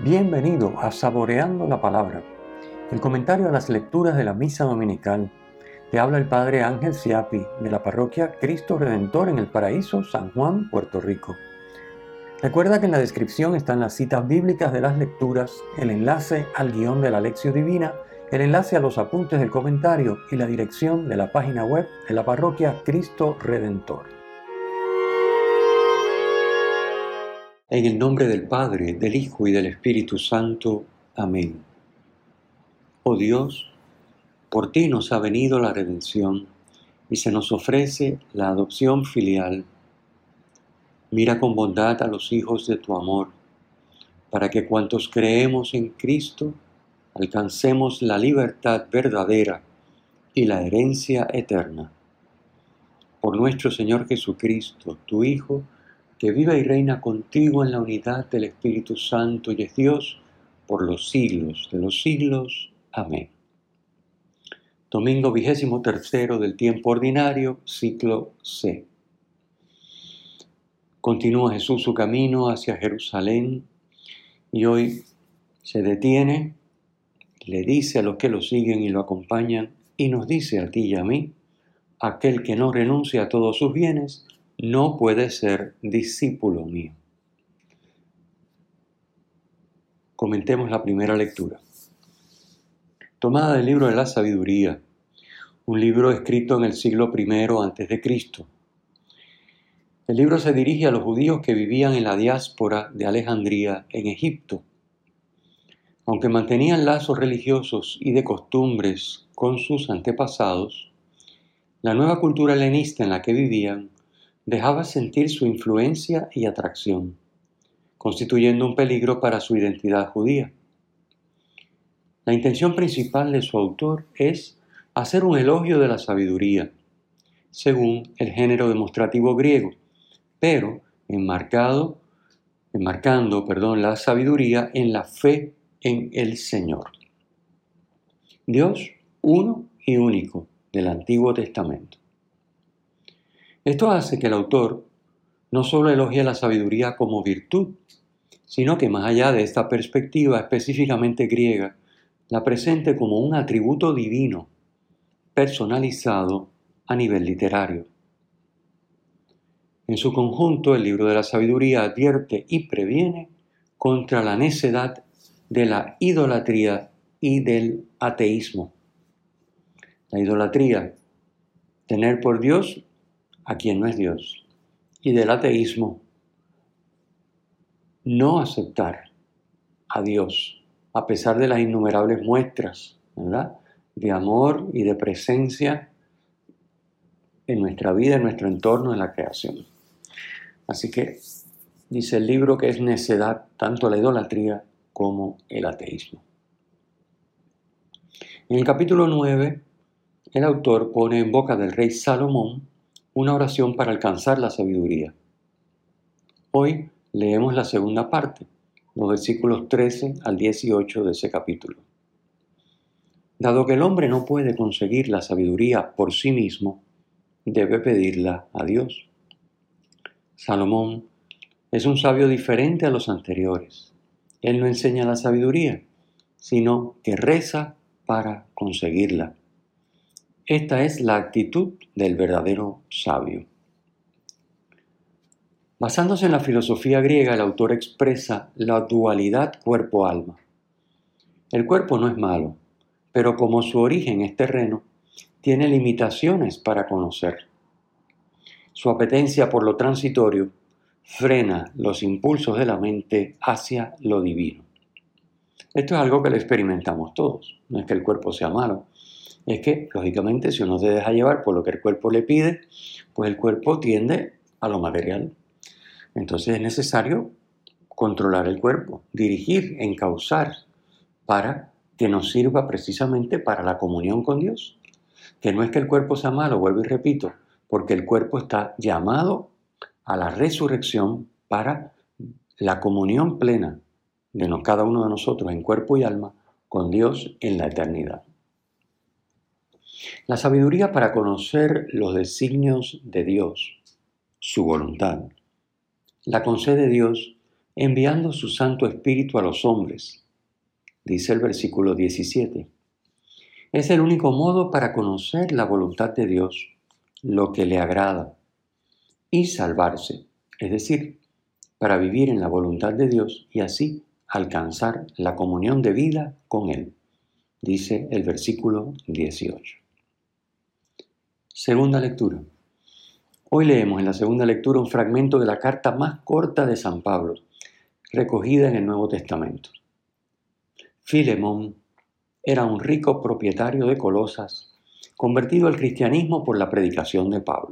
Bienvenido a Saboreando la Palabra, el comentario a las lecturas de la Misa Dominical. Te habla el Padre Ángel Siapi, de la Parroquia Cristo Redentor en el Paraíso, San Juan, Puerto Rico. Recuerda que en la descripción están las citas bíblicas de las lecturas, el enlace al guión de la Lección Divina, el enlace a los apuntes del comentario y la dirección de la página web de la Parroquia Cristo Redentor. En el nombre del Padre, del Hijo y del Espíritu Santo. Amén. Oh Dios, por ti nos ha venido la redención y se nos ofrece la adopción filial. Mira con bondad a los hijos de tu amor, para que cuantos creemos en Cristo alcancemos la libertad verdadera y la herencia eterna. Por nuestro Señor Jesucristo, tu Hijo, que vive y reina contigo en la unidad del Espíritu Santo y es Dios por los siglos de los siglos. Amén. Domingo 23 del tiempo ordinario, ciclo C. Continúa Jesús su camino hacia Jerusalén y hoy se detiene, le dice a los que lo siguen y lo acompañan y nos dice a ti y a mí: aquel que no renuncia a todos sus bienes no puede ser discípulo mío. Comentemos la primera lectura. Tomada del libro de la Sabiduría, un libro escrito en el siglo I a.C. El libro se dirige a los judíos que vivían en la diáspora de Alejandría, en Egipto. Aunque mantenían lazos religiosos y de costumbres con sus antepasados, la nueva cultura helenista en la que vivían dejaba sentir su influencia y atracción, constituyendo un peligro para su identidad judía. La intención principal de su autor es hacer un elogio de la sabiduría, según el género demostrativo griego, pero enmarcando la sabiduría en la fe en el Señor. Dios uno y único del Antiguo Testamento. Esto hace que el autor no solo elogie la sabiduría como virtud, sino que más allá de esta perspectiva específicamente griega, la presente como un atributo divino, personalizado a nivel literario. En su conjunto, el libro de la sabiduría advierte y previene contra la necedad de la idolatría y del ateísmo. La idolatría, tener por Dios a quien no es Dios, y del ateísmo, no aceptar a Dios, a pesar de las innumerables muestras, ¿verdad?, de amor y de presencia en nuestra vida, en nuestro entorno, en la creación. Así que dice el libro que es necedad tanto la idolatría como el ateísmo. En el capítulo 9, el autor pone en boca del rey Salomón una oración para alcanzar la sabiduría. Hoy leemos la segunda parte, los versículos 13 al 18 de ese capítulo. Dado que el hombre no puede conseguir la sabiduría por sí mismo, debe pedirla a Dios. Salomón es un sabio diferente a los anteriores. Él no enseña la sabiduría, sino que reza para conseguirla. Esta es la actitud del verdadero sabio. Basándose en la filosofía griega, el autor expresa la dualidad cuerpo-alma. El cuerpo no es malo, pero como su origen es terreno, tiene limitaciones para conocer. Su apetencia por lo transitorio frena los impulsos de la mente hacia lo divino. Esto es algo que lo experimentamos todos. No es que el cuerpo sea malo, es que, lógicamente, si uno se deja llevar por lo que el cuerpo le pide, pues el cuerpo tiende a lo material. Entonces es necesario controlar el cuerpo, dirigir, encauzar, para que nos sirva precisamente para la comunión con Dios. Que no es que el cuerpo sea malo, vuelvo y repito, porque el cuerpo está llamado a la resurrección para la comunión plena de cada uno de nosotros en cuerpo y alma con Dios en la eternidad. La sabiduría para conocer los designios de Dios, su voluntad, la concede Dios enviando su Santo Espíritu a los hombres, dice el versículo 17. Es el único modo para conocer la voluntad de Dios, lo que le agrada, y salvarse, es decir, para vivir en la voluntad de Dios y así alcanzar la comunión de vida con Él, dice el versículo 18. Segunda lectura. Hoy leemos en la segunda lectura un fragmento de la carta más corta de San Pablo, recogida en el Nuevo Testamento. Filemón era un rico propietario de Colosas, convertido al cristianismo por la predicación de Pablo.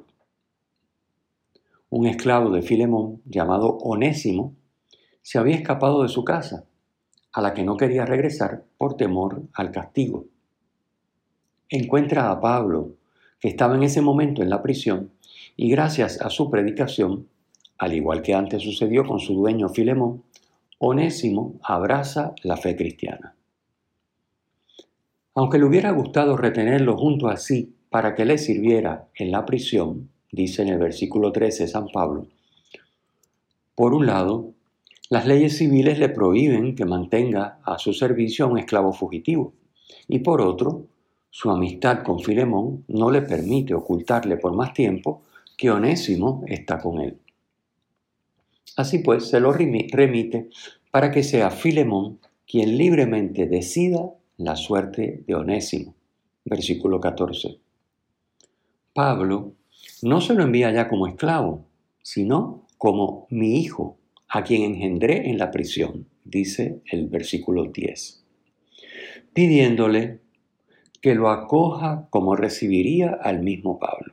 Un esclavo de Filemón, llamado Onésimo, se había escapado de su casa, a la que no quería regresar por temor al castigo. Encuentra a Pablo, que estaba en ese momento en la prisión, y gracias a su predicación, al igual que antes sucedió con su dueño Filemón, Onésimo abraza la fe cristiana. Aunque le hubiera gustado retenerlo junto a sí para que le sirviera en la prisión, dice en el versículo 13 San Pablo, por un lado, las leyes civiles le prohíben que mantenga a su servicio a un esclavo fugitivo, y por otro, su amistad con Filemón no le permite ocultarle por más tiempo que Onésimo está con él. Así pues, se lo remite para que sea Filemón quien libremente decida la suerte de Onésimo. Versículo 14. Pablo no se lo envía ya como esclavo, sino como mi hijo, a quien engendré en la prisión, dice el versículo 10, pidiéndole que lo acoja como recibiría al mismo Pablo.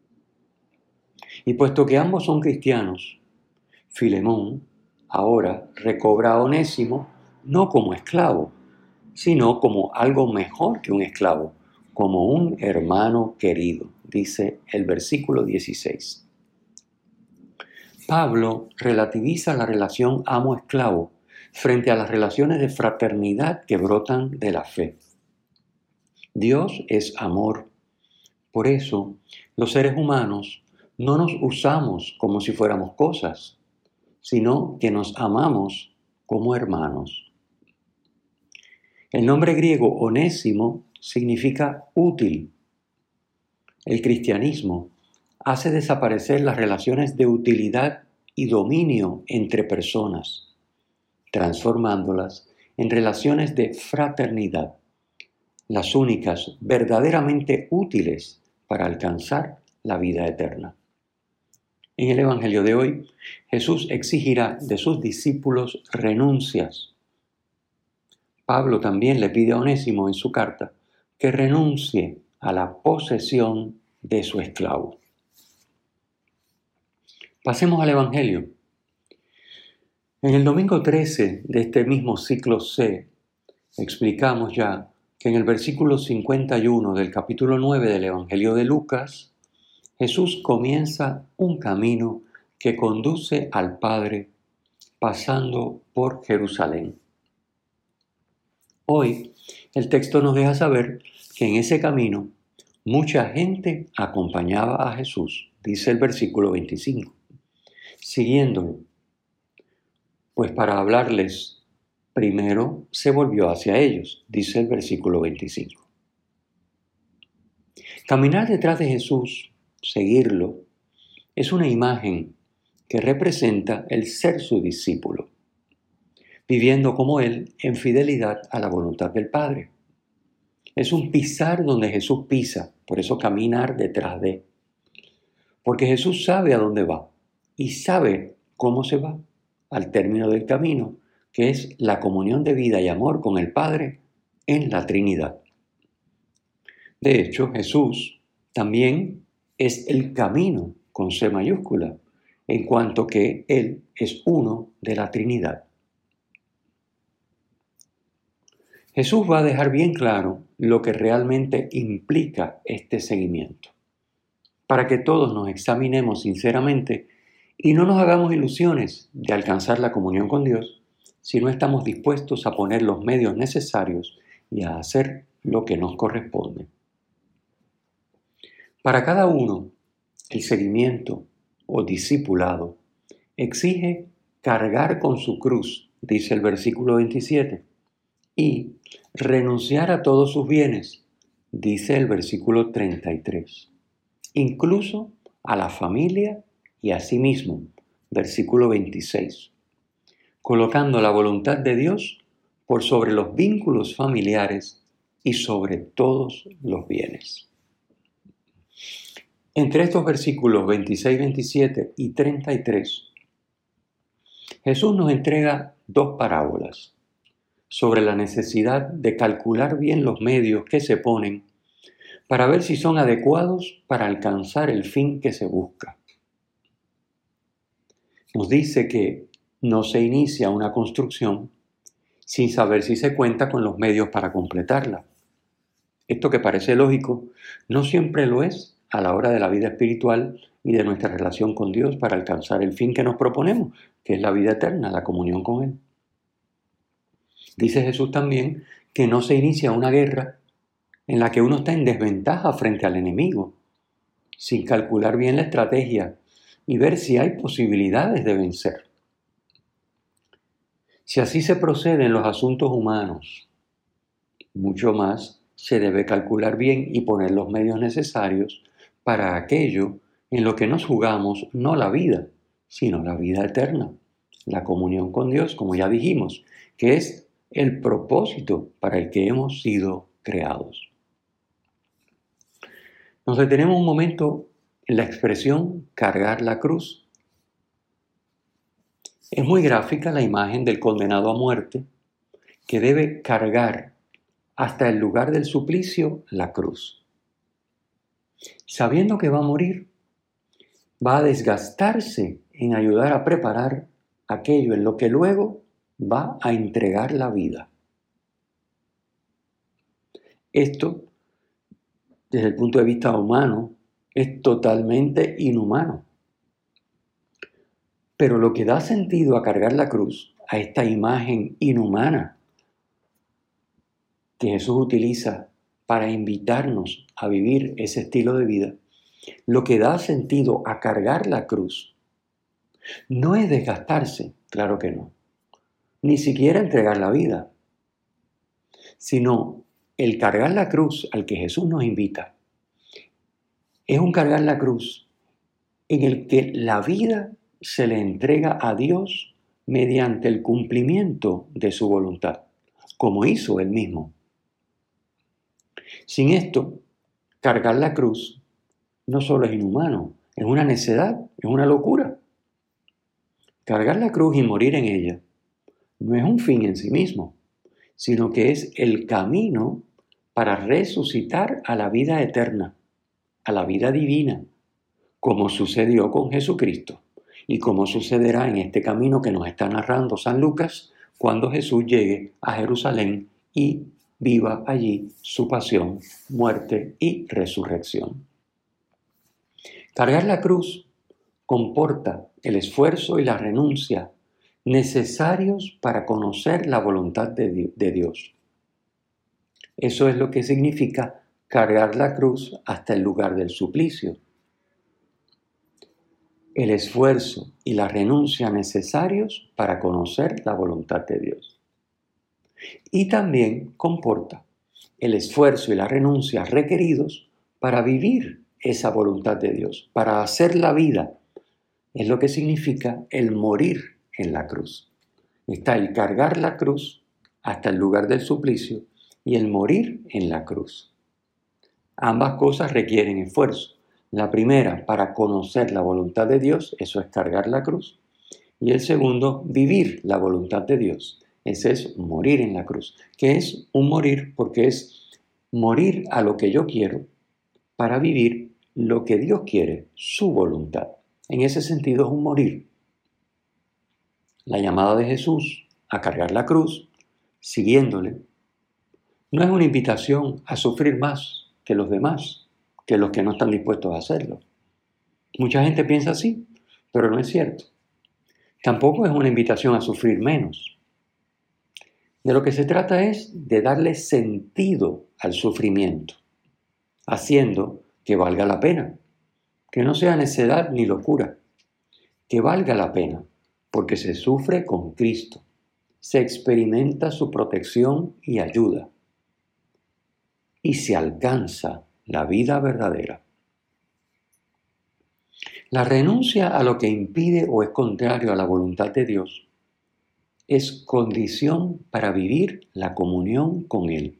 Y puesto que ambos son cristianos, Filemón ahora recobra a Onésimo no como esclavo, sino como algo mejor que un esclavo, como un hermano querido, dice el versículo 16. Pablo relativiza la relación amo-esclavo frente a las relaciones de fraternidad que brotan de la fe. Dios es amor. Por eso, los seres humanos no nos usamos como si fuéramos cosas, sino que nos amamos como hermanos. El nombre griego onésimo significa útil. El cristianismo hace desaparecer las relaciones de utilidad y dominio entre personas, transformándolas en relaciones de fraternidad, las únicas verdaderamente útiles para alcanzar la vida eterna. En el Evangelio de hoy, Jesús exigirá de sus discípulos renuncias. Pablo también le pide a Onésimo en su carta que renuncie a la posesión de su esclavo. Pasemos al Evangelio. En el domingo 13 de este mismo ciclo C, explicamos ya que en el versículo 51 del capítulo 9 del Evangelio de Lucas, Jesús comienza un camino que conduce al Padre pasando por Jerusalén. Hoy el texto nos deja saber que en ese camino mucha gente acompañaba a Jesús, dice el versículo 25, siguiéndolo, pues para hablarles primero se volvió hacia ellos, dice el versículo 25. Caminar detrás de Jesús, seguirlo, es una imagen que representa el ser su discípulo, viviendo como Él en fidelidad a la voluntad del Padre. Es un pisar donde Jesús pisa, por eso caminar detrás de. Porque Jesús sabe a dónde va y sabe cómo se va al término del camino, que es la comunión de vida y amor con el Padre en la Trinidad. De hecho, Jesús también es el camino con C mayúscula, en cuanto que Él es uno de la Trinidad. Jesús va a dejar bien claro lo que realmente implica este seguimiento, para que todos nos examinemos sinceramente y no nos hagamos ilusiones de alcanzar la comunión con Dios si no estamos dispuestos a poner los medios necesarios y a hacer lo que nos corresponde. Para cada uno, el seguimiento o discipulado exige cargar con su cruz, dice el versículo 27, y renunciar a todos sus bienes, dice el versículo 33, incluso a la familia y a sí mismo, versículo 26, colocando la voluntad de Dios por sobre los vínculos familiares y sobre todos los bienes. Entre estos versículos 26, 27 y 33, Jesús nos entrega dos parábolas sobre la necesidad de calcular bien los medios que se ponen para ver si son adecuados para alcanzar el fin que se busca. Nos dice que no se inicia una construcción sin saber si se cuenta con los medios para completarla. Esto que parece lógico, no siempre lo es a la hora de la vida espiritual y de nuestra relación con Dios para alcanzar el fin que nos proponemos, que es la vida eterna, la comunión con Él. Dice Jesús también que no se inicia una guerra en la que uno está en desventaja frente al enemigo, sin calcular bien la estrategia y ver si hay posibilidades de vencer. Si así se procede en los asuntos humanos, mucho más se debe calcular bien y poner los medios necesarios para aquello en lo que nos jugamos no la vida, sino la vida eterna, la comunión con Dios, como ya dijimos, que es el propósito para el que hemos sido creados. Nos detenemos un momento en la expresión cargar la cruz. Es muy gráfica la imagen del condenado a muerte que debe cargar hasta el lugar del suplicio la cruz. Sabiendo que va a morir, va a desgastarse en ayudar a preparar aquello en lo que luego va a entregar la vida. Esto, desde el punto de vista humano, es totalmente inhumano. Pero lo que da sentido a cargar la cruz, a esta imagen inhumana que Jesús utiliza para invitarnos a vivir ese estilo de vida, lo que da sentido a cargar la cruz no es desgastarse, claro que no, ni siquiera entregar la vida, sino el cargar la cruz al que Jesús nos invita. Es un cargar la cruz en el que la vida se le entrega a Dios mediante el cumplimiento de su voluntad, como hizo Él mismo. Sin esto, cargar la cruz no solo es inhumano, es una necedad, es una locura. Cargar la cruz y morir en ella no es un fin en sí mismo, sino que es el camino para resucitar a la vida eterna, a la vida divina, como sucedió con Jesucristo y como sucederá en este camino que nos está narrando San Lucas cuando Jesús llegue a Jerusalén y viva allí su pasión, muerte y resurrección. Cargar la cruz comporta el esfuerzo y la renuncia necesarios para conocer la voluntad de Dios. Eso es lo que significa cargar la cruz hasta el lugar del suplicio. El esfuerzo y la renuncia necesarios para conocer la voluntad de Dios. Y también comporta el esfuerzo y la renuncia requeridos para vivir esa voluntad de Dios, para hacer la vida. Es lo que significa el morir en la cruz. Está el cargar la cruz hasta el lugar del suplicio y el morir en la cruz. Ambas cosas requieren esfuerzo. La primera, para conocer la voluntad de Dios, eso es cargar la cruz. Y el segundo, vivir la voluntad de Dios. Ese es morir en la cruz, que es un morir porque es morir a lo que yo quiero para vivir lo que Dios quiere, su voluntad. En ese sentido es un morir. La llamada de Jesús a cargar la cruz, siguiéndole, no es una invitación a sufrir más que los demás, que los que no están dispuestos a hacerlo. Mucha gente piensa así, pero no es cierto. Tampoco es una invitación a sufrir menos. De lo que se trata es de darle sentido al sufrimiento, haciendo que valga la pena, que no sea necedad ni locura, que valga la pena, porque se sufre con Cristo, se experimenta su protección y ayuda, y se alcanza la vida verdadera. La renuncia a lo que impide o es contrario a la voluntad de Dios es condición para vivir la comunión con Él.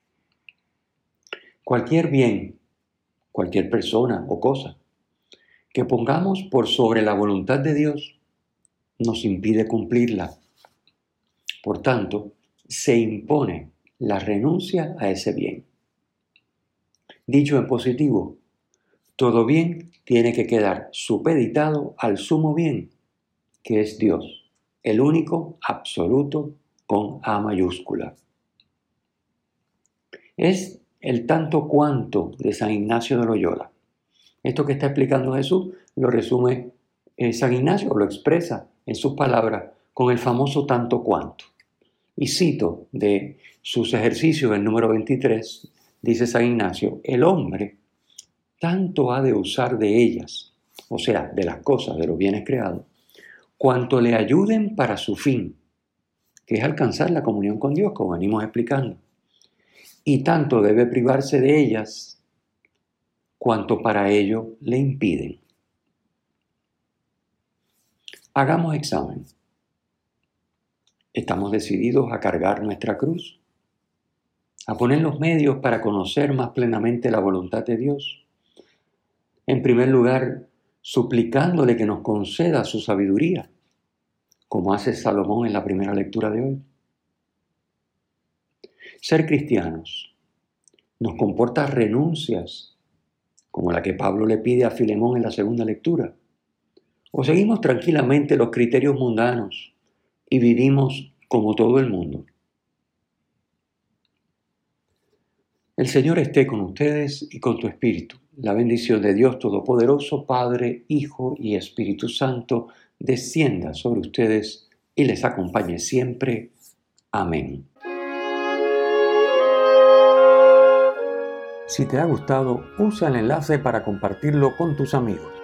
Cualquier bien, cualquier persona o cosa que pongamos por sobre la voluntad de Dios nos impide cumplirla. Por tanto, se impone la renuncia a ese bien. Dicho en positivo, todo bien tiene que quedar supeditado al sumo bien, que es Dios, el único absoluto con A mayúscula. Es el tanto cuanto de San Ignacio de Loyola. Esto que está explicando Jesús lo resume San Ignacio, lo expresa en sus palabras con el famoso tanto cuanto. Y cito de sus ejercicios, el número 23, dice San Ignacio: el hombre tanto ha de usar de ellas, o sea, de las cosas, de los bienes creados, cuanto le ayuden para su fin, que es alcanzar la comunión con Dios, como venimos explicando. Y tanto debe privarse de ellas, cuanto para ello le impiden. Hagamos examen. ¿Estamos decididos a cargar nuestra cruz? ¿A poner los medios para conocer más plenamente la voluntad de Dios? En primer lugar, suplicándole que nos conceda su sabiduría, como hace Salomón en la primera lectura de hoy. Ser cristianos nos comporta renuncias, como la que Pablo le pide a Filemón en la segunda lectura. ¿O seguimos tranquilamente los criterios mundanos y vivimos como todo el mundo? El Señor esté con ustedes y con tu espíritu. La bendición de Dios Todopoderoso, Padre, Hijo y Espíritu Santo, descienda sobre ustedes y les acompañe siempre. Amén. Si te ha gustado, usa el enlace para compartirlo con tus amigos.